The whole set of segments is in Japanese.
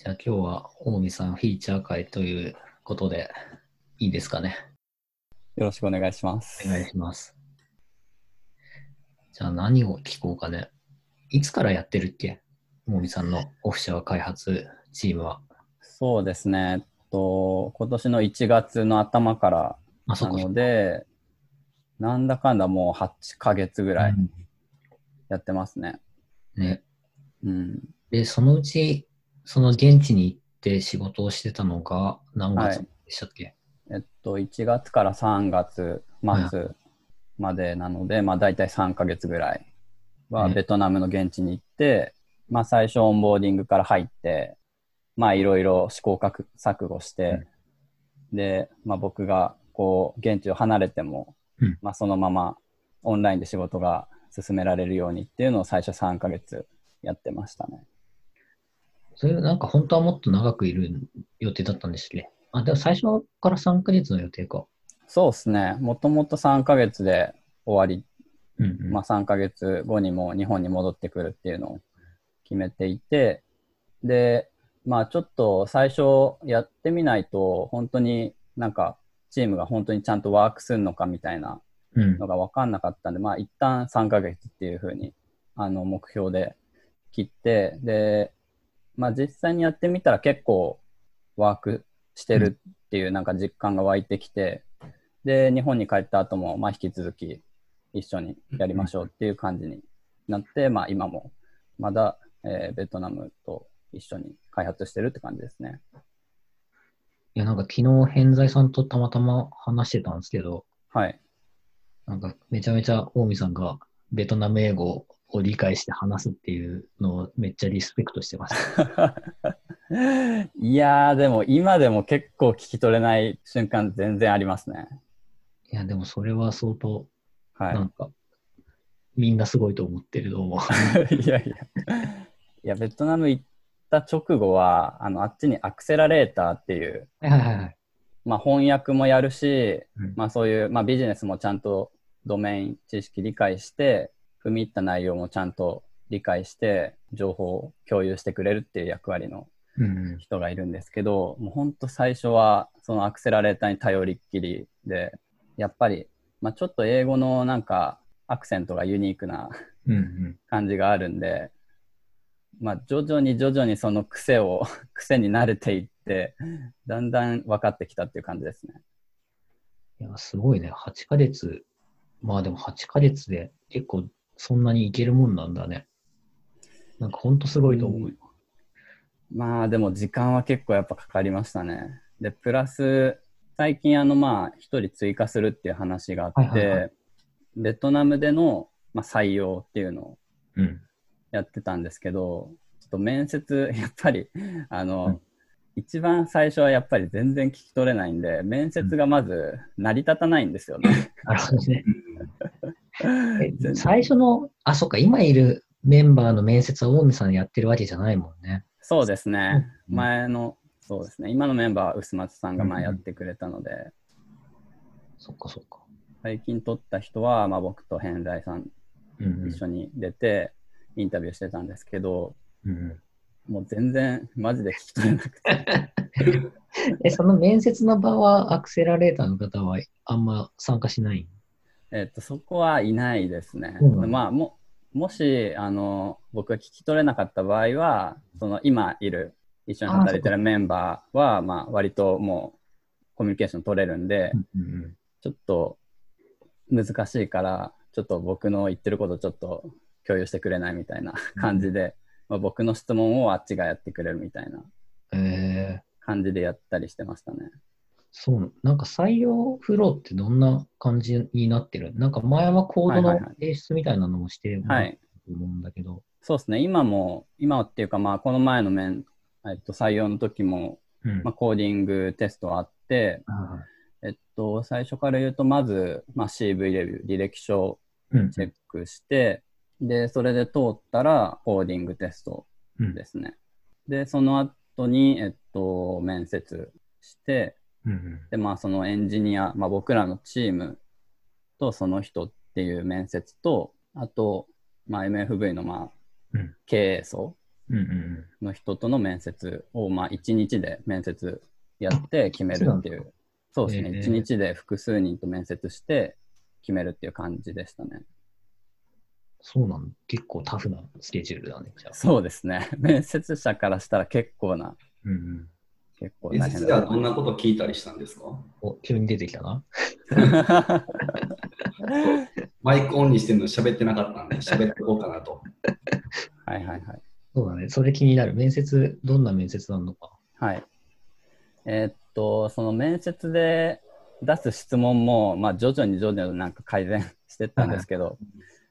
じゃあ今日は大見さんフィーチャー会ということでいいですかね。 よろしくお願いしまお願いす。 します。じゃあ何を聞こうかね。いつからやってるっけ、大見さんのオフィシャル開発チームは。 そうですね。今年の1月の頭からあ、そっなのかそっか。 で、なんだかんだもう8ヶ月ぐらいうん。 やってますね。 ね。 うん。 で、そのうち、その現地に行って仕事をしてたのが何月ではい。 したっけ？ 1月から3月はいは末までなので、まあ大体3ヶ月ぐらいい。 はね。 ベトナムの現地に行って、まあ最初オンボーディングから入って、まあいろいろ試行錯誤して、 うん。 で、まあ、僕がこう現地を離れても、 うん。 まあ、そのままオンラインで仕事が進められるようにっていうのを最初3ヶ月やってましたね。 それなんか本当はもっと長くいる予定だったんですっけ？あ、でも最初から3ヶ月の予定か。 そうですね。もともと3ヶ月で終わり、 うんうまあ、3ヶ月後にも日本に戻ってくるっていうのを決めていて、で、まあちょっと最初やってみないと本当になんかチームが本当にちゃんとワークするのかみたいなん。うん。 のが分かんなかったんで、まあ一旦3ヶ月っていうふうに目標で切って、で、まあ実際にやってみたら結構ワークしてうん。 るっていうなんか実感が湧いてきて、で、日本に帰った後もまあ引き続き一緒にやりましょうっていう感じになって、まあ今もまだ、ベトナムと一緒に開発してるって感じですね。 いや、なんか昨日、偏在さんとたまたま話してたんですけど、 はい。 なんかめちゃめちゃ大見さんがベトナム英語を理解して話すっていうのをめっちゃリスペクトしてました。 いやー、でも今でも結構聞き取れない瞬間全然ありますね。 いや、でもそれは相当、 はい。 なんかみんなすごいと思ってると思う。 いやいや。いや、ベトナム行った直後は、あっちにアクセラレーターっていう、 はいはいはいはい。 まあ、翻訳もやるし、 うん。 まあ、そういう、まあ、ビジネスもちゃんとドメイン知識理解して、踏み入った内容もちゃんと理解して、情報を共有してくれるっていう役割のうん。 人がいるんですけど、もう本当最初はそのアクセラレーターに頼りっきりで、やっぱり、まあ、ちょっと英語のなんかアクセントがユニークなうんうん。 感じがあるんで、まあ、徐々にその癖を癖に慣れていって、だんだん分かってきたっていう感じですね。 いや、すごいね。8ヶ月。まあでも8ヶ月で結構そんなにいけるもんなんだね。なんかほんとすごいと思うよ。 うん、まあでも時間は結構やっぱかかりましたね。で、プラス最近まあ一人追加するっていう話があっはいはいはい。 て、ベトナムでの、まあ、採用っていうのをうん。 やってたんですけど、ちょっと面接、やっぱり、あうん。 の、一番最初はやっぱり全然聞き取れないんで、面うん。 接がまず成り立たないんですよね。 なるほどね。 全最初の、あ、そっか、今いるメンバーの面接は大見さんやってるわけじゃないもんね。 そうですね。 うん。 そうですね。今のメンバーは薄松さんが前やっうんうん。 てくれたので、 そっかそっか。 最近取った人は、まあ、僕と偏在さんうんう一緒に出てインタビューしてたんですけど、 ん。うんうん。 もう全然マジで聞き取れなくて。 その面接の場はアクセラレーターの方はあんま参加しない？ そこはいないですね。 そうなんだ。 まあ、もし、僕が聞き取れなかった場合は、その今いる、一緒にああ、そ働いてっか。 るメンバーは、まあ、割ともうコミュニケーション取れるんで、 うんうんちょっと難しいから、ちょっと僕の言ってることちょっと共有してくれないみたいなうんうん。 感じで、まあ、僕の質問をあっちがやってくれるみたいな感じでやったりしてましたね。 そう、なんか採用フローってどんな感じになってる？なんか前はコードのはいはいはい。 提出みたいなのもしてもらったはい。 と思うんだけど。 そうですね。今っていうか、まあ、この前の採用の時も、 うん。 まあ、コーディングテストあって、 はいはい。 最初から言うと、まず、まあ、CV レビュー、履歴書をチェッうんうん。 クして、で、それで通ったら、コーディングテストうん。 ですね。で、その後に、面接して、 うんうん。 で、まあ、そのエンジニア、まあ、僕らのチームとその人っていう面接と、あと、まあ、MFV の、まあ、 うん経営層うんうんの人との面接を、まあ、1日で面接やって決めるっていう。そうですね。1日で複数人と面接して決めるっていう感じでしたね。 そうなの。結構タフなスケジュールだね、じゃあ。 そうですね。面接者からしたら結構うんうん。 面大変接ではどんだと思います。 なこと聞いたりしたんですか？ お、急に出てきたな。 そうマイクオンにしてるの喋ってなかったんで、喋っていこうかなと。 はいはいはい。 そうだね。それ気になる。面接、どんな面接なのか。 はい。その面接で出す質問も、まあ、徐々になんか改善してったんですけど、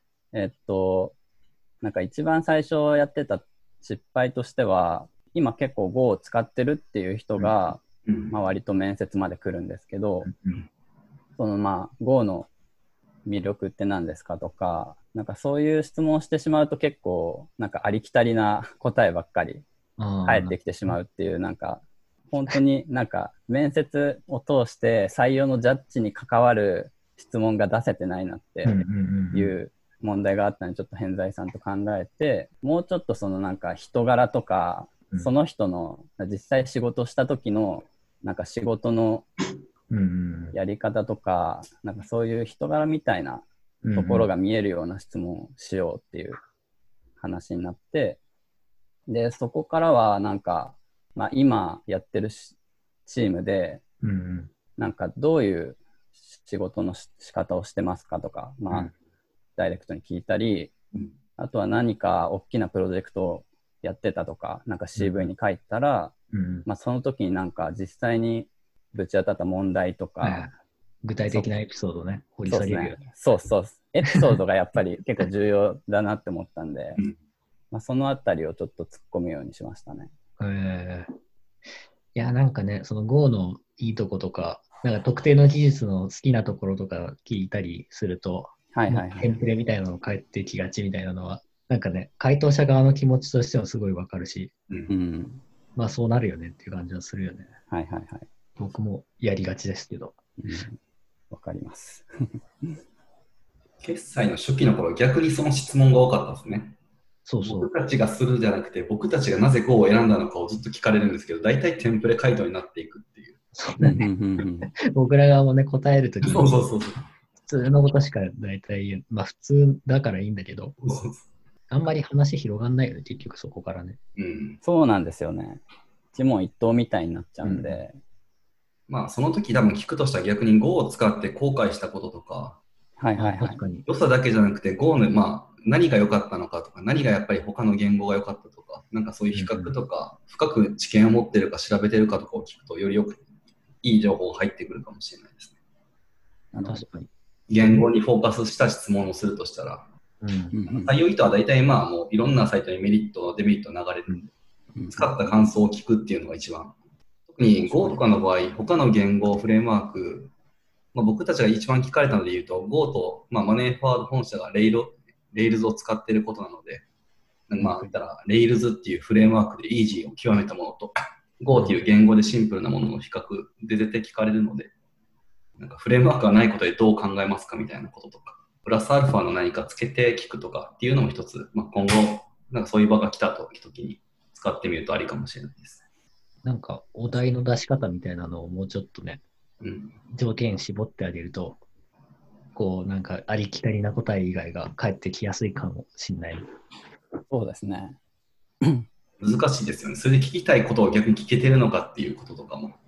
なんか一番最初やってた失敗としては、今結構 Go を使ってるっていう人が、まあ、割と面接まで来るんですけど、そのまあ Go の魅力って何ですかとか、なんかそういう質問をしてしまうと結構なんかありきたりな答えばっかり返ってきてしまうっていう、なんか本当になんか面接を通して採用のジャッジに関わる質問が出せてないなっていう問題があったので、ちょっと偏在さんと考えて、もうちょっとそのなんか人柄とか、その人の実際仕事した時のなんか仕事のやり方とか、なんかそういう人柄みたいなところが見えるような質問をしようっていう話になって、で、そこからはなんか、まあ、今やってるチームで、なんかどういう仕事の仕方をしてますかとか、まあ、ダイレクトに聞いたり、あとは何か大きなプロジェクトをやってたとか、なんか CV に書いたら、まあ、その時になんか実際にぶち当たった問題とか、 具体的なエピソードね、掘り下げるよね。 そう。エピソードがやっぱり結構重要だなって思ったんで、まあ、そのあたりをちょっと突っ込むようにしましたね。 いや、なんかね、その Go のいいとことか、なんか特定の技術の好きなところとか聞いたりすると、テンプレみたいなの返ってきがちみたいなのは、なんかね、回答者側の気持ちとしてはすごいわかるし、まあそうなるよねっていう感じはするよね。僕もやりがちですけど。 わかります。 決済の初期の頃、逆にその質問が多かったですね。 そうそう。 僕たちがするじゃなくて、僕たちがなぜ Go を選んだのかをずっと聞かれるんですけど、大体テンプレ回答になっていくっていう。 そうだね。僕ら側もね、答えるときに、 普通のことしか大体言う。まあ普通だからいいんだけど、あんまり話広がんないよね、結局そこからね。 そうなんですよね。一問一答みたいになっちゃうんで。 まあその時多分聞くとしたら逆に Go を使って後悔したこととか、 確かに。 良さだけじゃなくて Go の、まあ、何が良かったのかとか、何がやっぱり他の言語が良かったとか、なんかそういう比較とか、深く知見を持ってるか調べてるかとかを聞くと、よりよくいい情報が入ってくるかもしれないですね。 確かに。 言語にフォーカスした質問をするとしたら、採用意図は大体まあもういろんなサイトにメリット、デメリットが流れるんで、使った感想を聞くっていうのが一番。特に Go とかの場合、他の言語、フレームワーク、まあ、僕たちが一番聞かれたので言うと、Go と、まあ、マネーフォワード本社がレイルズを使っていることなので、まあ、言ったら、レイルズっていうフレームワークでイージーを極めたものと、Go っていう言語でシンプルなものの比較で絶対聞かれるので、なんかフレームワークがないことでどう考えますかみたいなこととか、プラスアルファの何かつけて聞くとかっていうのも一つ、まあ、今後、なんかそういう場が来た時に使ってみるとありかもしれないです。 なんか、お題の出し方みたいなのをもうちょっとね、条件絞ってあげると、こう、なんか、ありきたりな答え以外が返ってきやすいかもしれない。 そうですね。 難しいですよね。それで聞きたいことを逆に聞けてるのかっていうこととかも。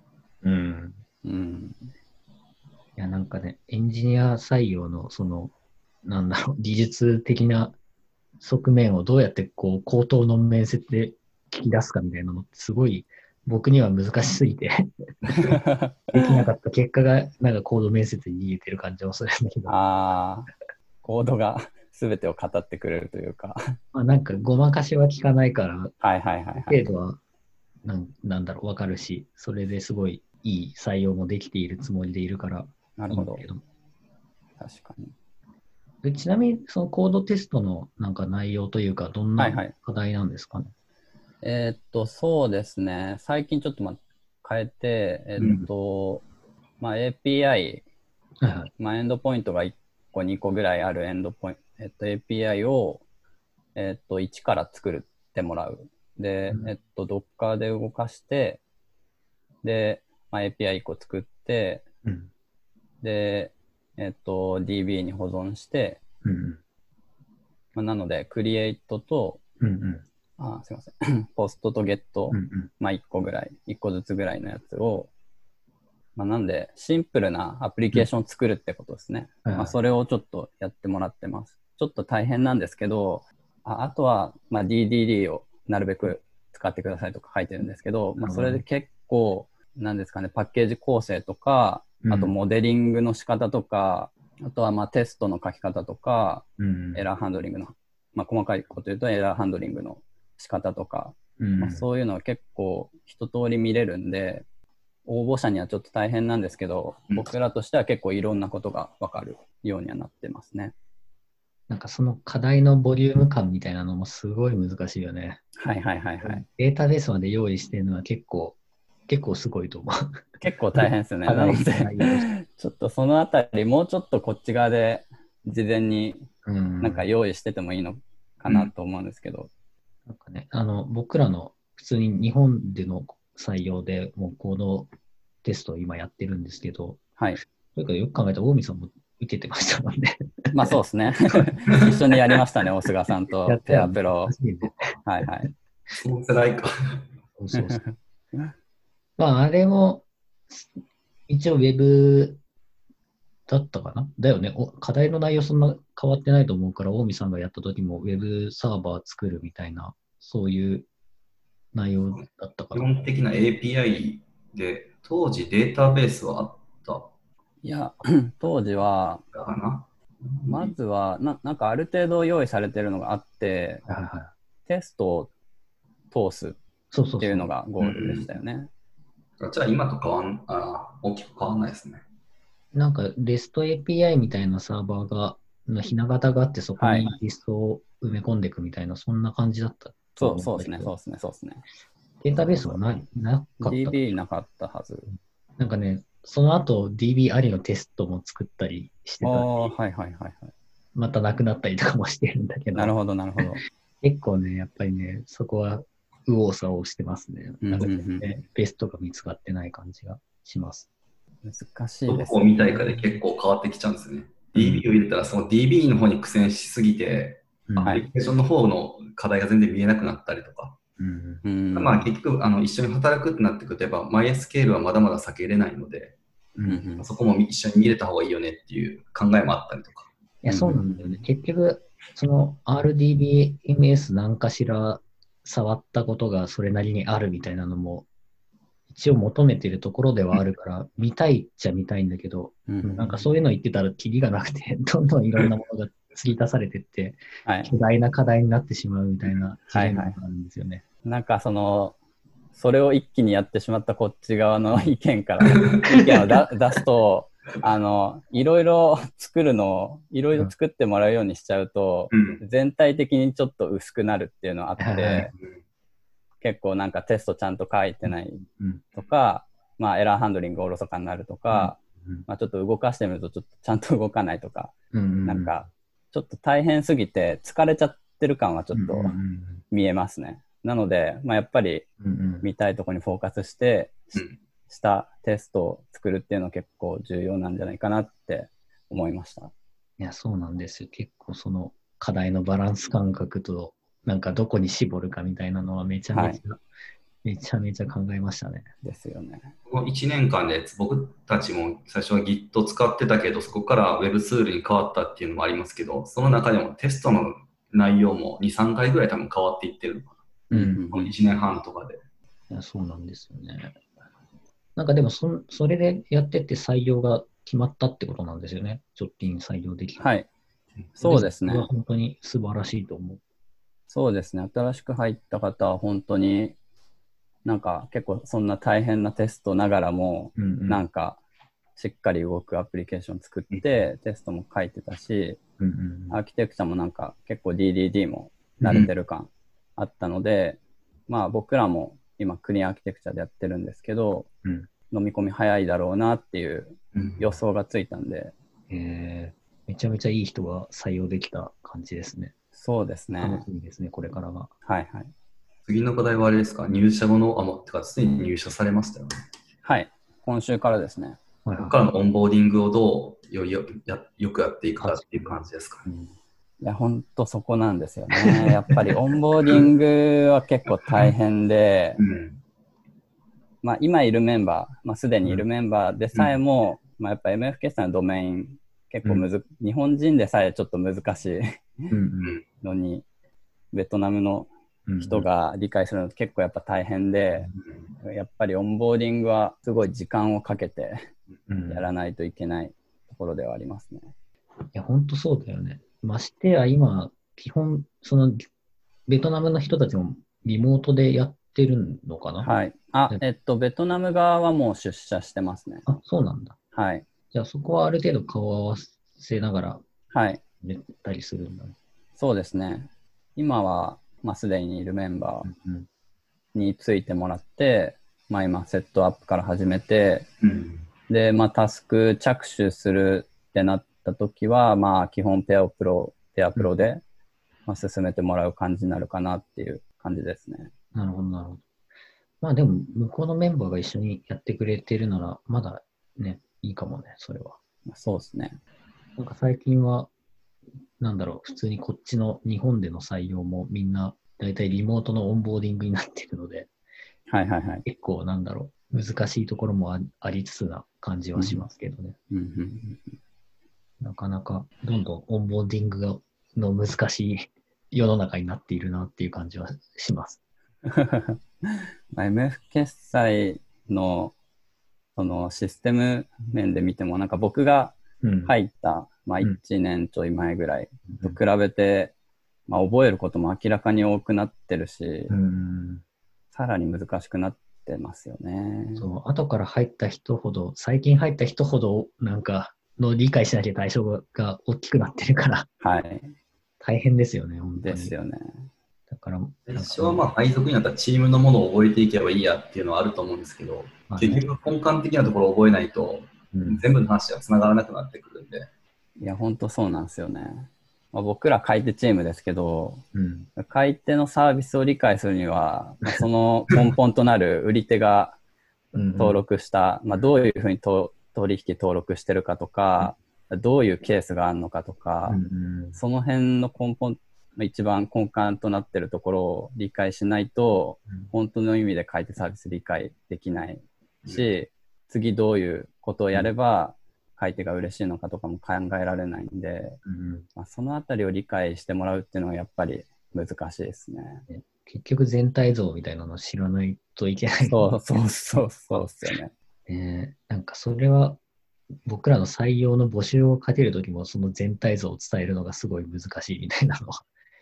いや、なんかね、エンジニア採用の、技術的な側面をどうやって、こう、口頭の面接で聞き出すかみたいなのって、すごい、僕には難しすぎてできなかった結果が、なんかコード面接に逃げてる感じもするんだけど。 コードが全てを語ってくれるというかまあなんかごまかしは効かないから、程度はなんだろう、わかるし、それですごいいい採用もできているつもりでいるから。 なるほど。確かに。 ちなみに、そのコードテストのなんか内容というか、どんな課題なんですかね。 そうですね。最近ちょっと変えて、まあ、API、まあ、エンドポイントが1個、2個ぐらいあるAPI を、1から作ってもらうで、Docker で動かして、で、まあ、API 1個作って、で、DB に保存して、まあ、なので、Create と、すいません、Post と Get、まあ、1個ぐらい、1個ずつぐらいのやつを、まあ、なんで、シンプルなアプリケーションを作るってことですね。まあ、それをちょっとやってもらってます。ちょっと大変なんですけど、あとは、まあ、DDD をなるべく使ってくださいとか書いてるんですけど、まあ、それで結構、なんですかね、パッケージ構成とか、あとモデリングの仕方とか、あとはまあテストの書き方とか、エラーハンドリングの、まあ、細かいこと言うとエラーハンドリングの仕方とか、まあ、そういうのは結構一通り見れるんで、応募者にはちょっと大変なんですけど、僕らとしては結構いろんなことが分かるようにはなってますね。 なんかその課題のボリューム感みたいなのもすごい難しいよね。 はいはいはいはい。 データベースまで用意してるのは結構すごいと思う。 結構大変ですよね。なので、ちょっとそのあたり、もうちょっとこっち側で事前になんか用意しててもいいのかなと思うんですけど。 なんかね、僕らの普通に日本での採用でもうこのテストを今やってるんですけど、 はい。 それからよく考えたら大見さんも受けてましたもんね。 まあそうですね。一緒にやりましたね、大菅さんとペアプロ。はいはい。 そう辛いか。 そうそう。まああれも一応ウェブだったかなだよね。課題の内容そんな変わってないと思うから、大見さんがやった時もウェブサーバー作るみたいな、そういう内容だったかな。 基本的な API で、当時データベースはあった。 いや、当時は、 かなまずはなんかある程度用意されてるのがあって、テストを通すっていうのがゴールでしたよね。 じゃあ今と大きく変わんないですね。 なんか REST API みたいなサーバーのひな形があって、そこにリストを埋め込んでいくみたいな、そんな感じだったと思そうですね。 データベースはなかった。 DB なかったはず。 なんかね、その後 DB ありのテストも作ったりしてたり、またなくなったりとかもしてるんだけど、 なるほど。 結構ね、やっぱりね、そこは右往左往してますね。なんかベストが見つかってない感じがします。 難しいですね。 どこを見たいかで結構変わってきちゃうんですよね。DB を入れたら、その DB の方に苦戦しすぎて、アプリケーションの方の課題が全然見えなくなったりとか。まあ結局一緒に働くってなってくると、やっぱ MySQL はまだまだ避けれないので、そこも一緒に見れた方がいいよねっていう考えもあったりとか。 いや、そうなんだよね。結局、その RDBMS 何かしら触ったことがそれなりにあるみたいなのも、一応求めてるところではあるから、見たいっちゃ見たいんだけど、なんかそういうの言ってたらキリがなくて、どんどんいろんなものが継ぎ足されてって、巨大な課題になってしまうみたいなジレンマがあるんですよね。 なんかそれを一気にやってしまったこっち側の意見から意見を出すと、いろいろ作ってもらうようにしちゃうと、全体的にちょっと薄くなるっていうのはあって、結構なんかテストちゃんと書いてないとか、まあエラーハンドリングおろそかになるとか、まあちょっと動かしてみるとちょっとちゃんと動かないとか、なんかちょっと大変すぎて疲れちゃってる感はちょっと見えますね。なので、まあやっぱり見たいところにフォーカスして、したテストを作るっていうのは結構重要なんじゃないかなって思いました。 いや、そうなんですよ。結構その課題のバランス感覚と、なんかどこに絞るかみたいなのはめちゃめちゃ考えましたね。 ですよね。 この1年間で僕たちも最初は Git 使ってたけど、そこから Web ツールに変わったっていうのもありますけど、その中でもテストの内容も2、3回ぐらい多分変わっていってるのかな。この1年半とかで。 いや、そうなんですよね。なんかでもそれでやってって採用が決まったってことなんですよね。直近採用できた。 はい。そうですね。 それは本当に素晴らしいと思う。 そうですね。新しく入った方は本当になんか結構そんな大変なテストながらも、なんかしっかり動くアプリケーション作ってテストも書いてたし、アーキテクチャもなんか結構 DDD も慣れてる感あったので、まあ僕らも今クリーンアーキテクチャでやってるんですけど、飲み込み早いだろうなっていう予想がついたんで、 めちゃめちゃいい人が採用できた感じですね。 そうですね。 楽しみですね、これからが。 はいはい。 次の課題はあれですか、入社後の、もう、てか、すでに入社されましたよね。 はい。今週からですね。 ここからのオンボーディングをどうよくやっていくかっていう感じですかね。 いや、本当そこなんですよね。やっぱりオンボーディングは結構大変で、まあ今いるメンバー、まあすでにいるメンバーでさえも、まあやっぱ MF 決済のドメイン結構日本人でさえちょっと難しいのに、ベトナムの人が理解するのって結構やっぱ大変で、やっぱりオンボーディングはすごい時間をかけてやらないといけないところではありますね。 いや、本当そうだよね。ましてや今、基本、ベトナムの人たちもリモートでやってるのかな？ はい。ベトナム側はもう出社してますね。 あ、そうなんだ。 はい。 じゃあそこはある程度顔を合わせながら、 はい。 やったりするんだね。 そうですね。今は、まあ、すでにいるメンバーについてもらって、まあ今、セットアップから始めて、で、まあタスク着手するってなった時は、まあ基本ペアプロで、まあ、進めてもらう感じになるかなっていう感じですね。 なるほど、なるほど。まあでも、向こうのメンバーが一緒にやってくれてるなら、まだね、いいかもね、それは。 そうですね。 なんか最近は、なんだろう、普通にこっちの日本での採用もみんな、だいたいリモートのオンボーディングになっているので、 はいはいはい。 結構なんだろう、難しいところもありつつな感じはしますけどね。なかなかどんどんオンボーディングの難しい世の中になっているなっていう感じはします。 MF 決済のそのシステム面で見ても、なんか僕が入った、まあ1年ちょい前ぐらいと比べて、まあ覚えることも明らかに多くなってるし、さらに難しくなってますよね。 そう、後から入った人ほど、最近入った人ほど、なんか、理解しなきゃ対象が大きくなってるから、 はい。 大変ですよね、本当に。 ですよね。 だから、 最初はまあ配属になったらチームのものを覚えていけばいいやっていうのはあると思うんですけど、結局根幹的なところを覚えないと、全部の話がつながらなくなってくるんで。 いや、本当そうなんですよね。まあ、僕ら買い手チームですけど、買い手のサービスを理解するには、まあ、その根本となる売り手が登録した、まあ、どういうふうに取引登録してるかとか、どういうケースがあるのかとか、その辺の根本、一番根幹となっているところを理解しないと、本当の意味で買い手サービス理解できないし、次どういうことをやれば買い手が嬉しいのかとかも考えられないんで、まあ、そのあたりを理解してもらうっていうのはやっぱり難しいですね。 結局全体像みたいなのを知らないといけない。 そうですよね。なんかそれは僕らの採用の募集をかけるときもその全体像を伝えるのがすごい難しいみたいなのは。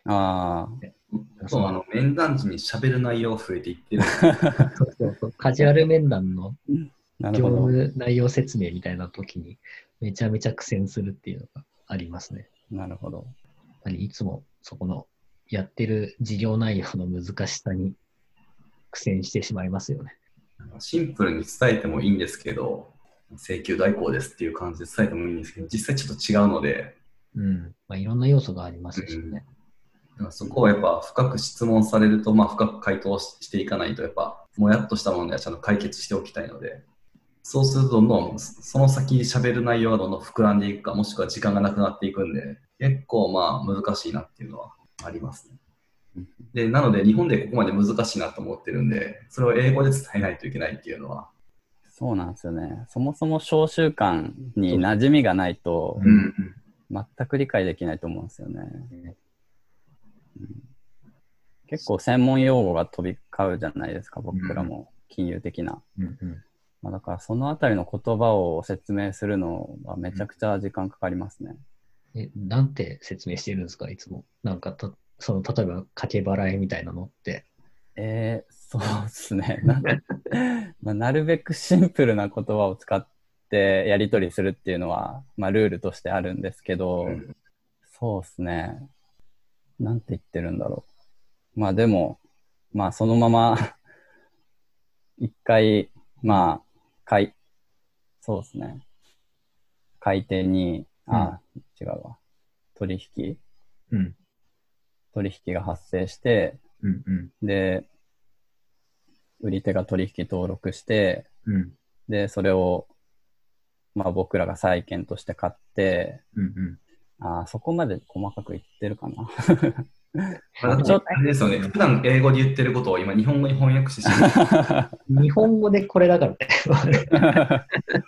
面談時に喋る内容が増えていってる。 そうカジュアル面談の業務内容説明みたいな時にめちゃめちゃ苦戦するっていうのがありますね。 なるほど。 やっぱりいつもそこのやってる事業内容の難しさに苦戦してしまいますよね。 シンプルに伝えてもいいんですけど、請求代行ですっていう感じで伝えてもいいんですけど、実際ちょっと違うので、 まあ、いろんな要素がありますしね。 そこはやっぱ深く質問されると、まあ、深く回答していかないと、やっぱもやっとした問題はちゃんと解決しておきたいので、そうするとどんどんその先に喋る内容がどんどん膨らんでいくか、もしくは時間がなくなっていくんで、結構まあ難しいなっていうのはありますね。で、なので日本でここまで難しいなと思ってるんで、それを英語で伝えないといけないっていうのは。 そうなんですよね。そもそも小習慣に馴染みがないと、全く理解できないと思うんですよね。結構専門用語が飛び交うじゃないですか、僕らも金融的な。まあ、だからそのあたりの言葉を説明するのはめちゃくちゃ時間かかりますね。 なんて説明してるんですか、いつも。なんか例えば、掛け払いみたいなのって。 そうですね。まあ、なるべくシンプルな言葉を使ってやり取りするっていうのは、まあ、ルールとしてあるんですけど、そうですね。なんて言ってるんだろう。まあでも、まあそのまま一回、まあ、そうですね。買い手に、違うわ。取引が発生して、で、 売り手が取引登録して、で、それを、まあ僕らが債券として買って、そこまで細かく言ってるかな。 ちょっとあれですよね。普段英語で言ってることを今日本語に翻訳してしまう。 日本語でこれだからね。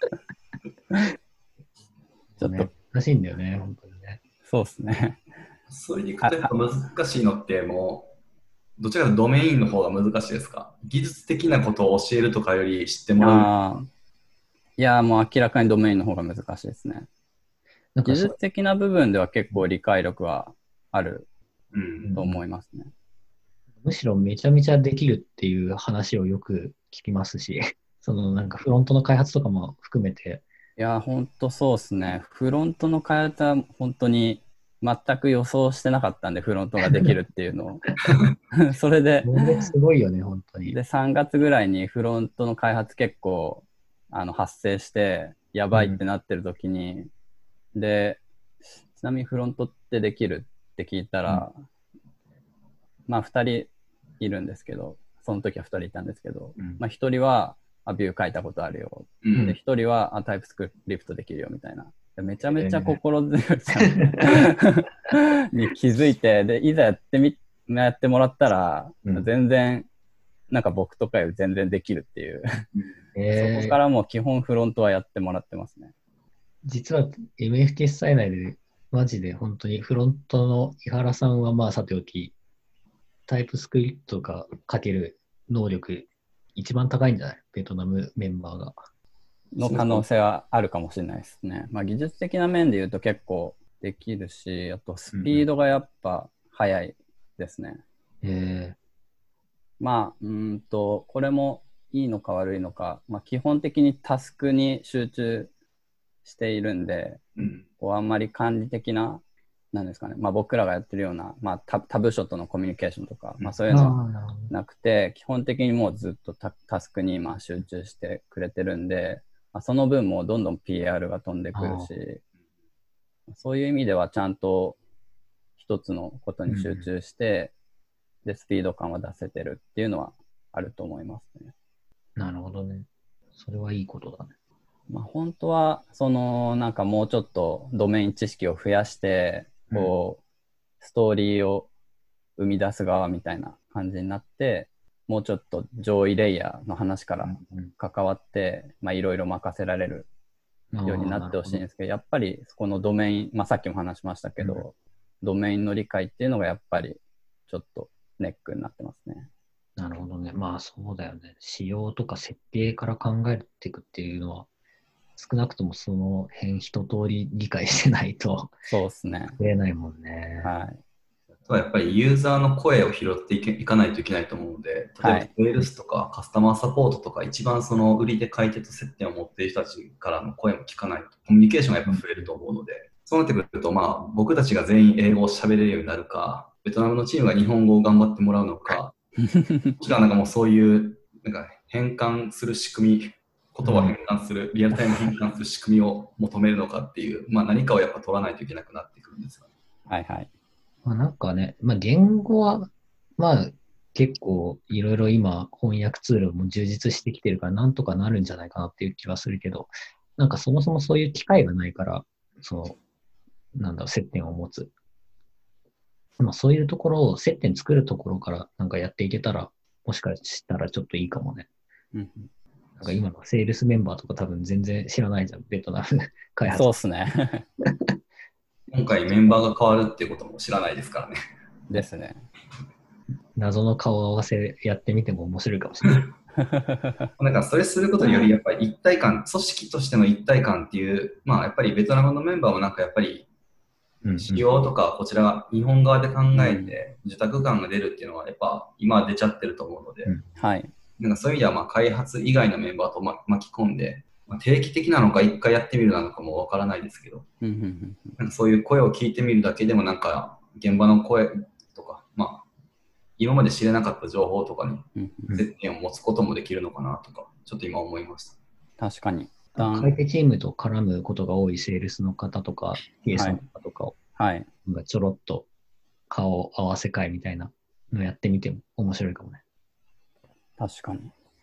ちょっと難しいんだよね、本当にね。 そうですね。 それでいくとやっぱ難しいのってもう、どちらかというとドメインの方が難しいですか？技術的なことを教えるとかより知ってもらう。 いや、もう明らかにドメインの方が難しいですね。技術的な部分では結構理解力はあると思いますね。 むしろめちゃめちゃできるっていう話をよく聞きますし、そのなんかフロントの開発とかも含めて。 いや、本当そうですね。フロントの開発は本当に全く予想してなかったんで、フロントができるっていうのを。それで、 すごいよね、本当に。 で、3月ぐらいにフロントの開発結構発生して、やばいってなってる時に、で、ちなみにフロントってできるって聞いたら、まあ2人いるんですけど、その時は2人いたんですけど、まあ1人はビュー書いたことあるよ。で、1人はタイプスクリプトできるよみたいな。めちゃめちゃ心強さに気づいて、で、いざやってもらったら、全然、なんか僕とかより全然できるっていう。そこからもう基本フロントはやってもらってますね。 実は MF 決済内でマジで本当にフロントの井原さんはまあさておき、タイプスクリプトが書ける能力一番高いんじゃない？ベトナムメンバーが。 の可能性はあるかもしれないですね。まあ技術的な面で言うと結構できるし、あとスピードがやっぱ速いですね。まあ、これもいいのか悪いのか、まあ基本的にタスクに集中しているんで、こうあんまり管理的な、なんですかね、まあ僕らがやってるような、まあ他部署とのコミュニケーションとか、まあそういうのはなくて、基本的にもうずっとタスクに今集中してくれてるんで、まあ、その分もどんどん PR が飛んでくるし、そういう意味ではちゃんと一つのことに集中して、で、スピード感は出せてるっていうのはあると思いますね。 なるほどね。それはいいことだね。 まあ、本当は、なんかもうちょっとドメイン知識を増やして、こう、ストーリーを生み出す側みたいな感じになって、もうちょっと上位レイヤーの話から関わって、まあいろいろ任せられるようになってほしいんですけど、やっぱりこのドメイン、まあさっきも話しましたけど、ドメインの理解っていうのがやっぱりちょっとネックになってますね。 なるほどね。まあそうだよね。仕様とか設計から考えていくっていうのは、少なくともその辺一通り理解してないと、 そうですね。 作れないもんね。 はい。 やっぱりユーザーの声を拾っていかないといけないと思うので、例えばセールスとかカスタマーサポートとか、一番その売り手買い手と接点を持っている人たちからの声も聞かないと、コミュニケーションがやっぱ増えると思うので、そうなってくると、まあ僕たちが全員英語を喋れるようになるか、ベトナムのチームが日本語を頑張ってもらうのか、もちろんなんかもうそういうなんか変換する仕組み、言葉を変換する、リアルタイム変換する仕組みを求めるのかっていう、まあ何かをやっぱ取らないといけなくなってくるんですよね。 はいはい。 まあなんかね、まあ言語は、まあ結構いろいろ今翻訳ツールも充実してきてるからなんとかなるんじゃないかなっていう気はするけど、なんかそもそもそういう機会がないから、なんだろう、接点を持つ。まあそういうところを、接点作るところからなんかやっていけたら、もしかしたらちょっといいかもね。なんか今のセールスメンバーとか多分全然知らないじゃん、ベトナム開発。 そうっすね。 今回メンバーが変わるっていうことも知らないですからね。 ですね。 謎の顔合わせやってみても面白いかもしれない。 なんかそれすることによりやっぱり一体感、組織としての一体感っていう、まあやっぱりベトナムのメンバーもなんかやっぱり仕様とかこちら日本側で考えて受託感が出るっていうのはやっぱ今出ちゃってると思うので、 はい。 なんかそういう意味ではまあ開発以外のメンバーと巻き込んで、定期的なのか一回やってみるなのかもわからないですけど、なんかそういう声を聞いてみるだけでもなんか現場の声とか、まあ今まで知れなかった情報とかに接点を持つこともできるのかなとか、ちょっと今思いました。 確かに。 買い手チームと絡むことが多いセールスの方とか、PA さんとかとかを、なんかちょろっと顔合わせ会みたいなのやってみても面白いかもね。 確かに。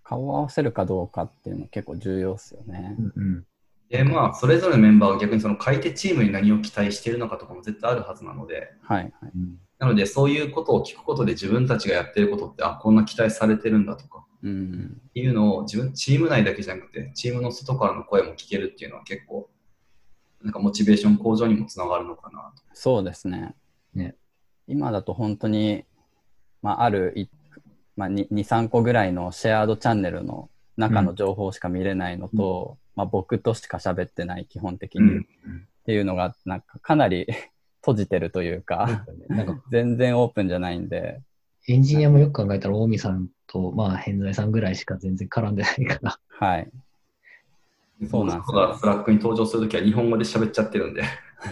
顔を合わせるかどうかっていうの結構重要ですよね。 まあ、それぞれのメンバーが逆にその買い手チームに何を期待しているのかとかも絶対あるはずなので、なのでそういうことを聞くことで自分たちがやってることって、こんな期待されてるんだとか、っていうのをチーム内だけじゃなくて、チームの外からの声も聞けるっていうのは結構、なんかモチベーション向上にもつながるのかなと。 そうですね。今だと本当に、ある、2、3個ぐらいのシェアードチャンネルの中の情報しか見れないのと、僕としか喋ってない基本的に、っていうのがなんかかなり閉じてるというか、全然オープンじゃないんで。 エンジニアもよく考えたら近江さんと偏在さんぐらいしか全然絡んでないから。 はい。そうなんですよ。 スラックに登場するときは日本語で喋っちゃってるんで。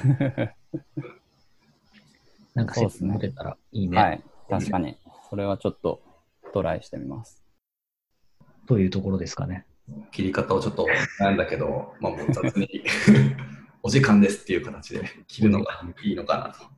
なんか説明持てたらいいね。 はい、確かに。それはちょっとトライしてみます。 というところですかね。 切り方をちょっと悩んだけど、もう雑にお時間ですっていう形で切るのがいいのかなと。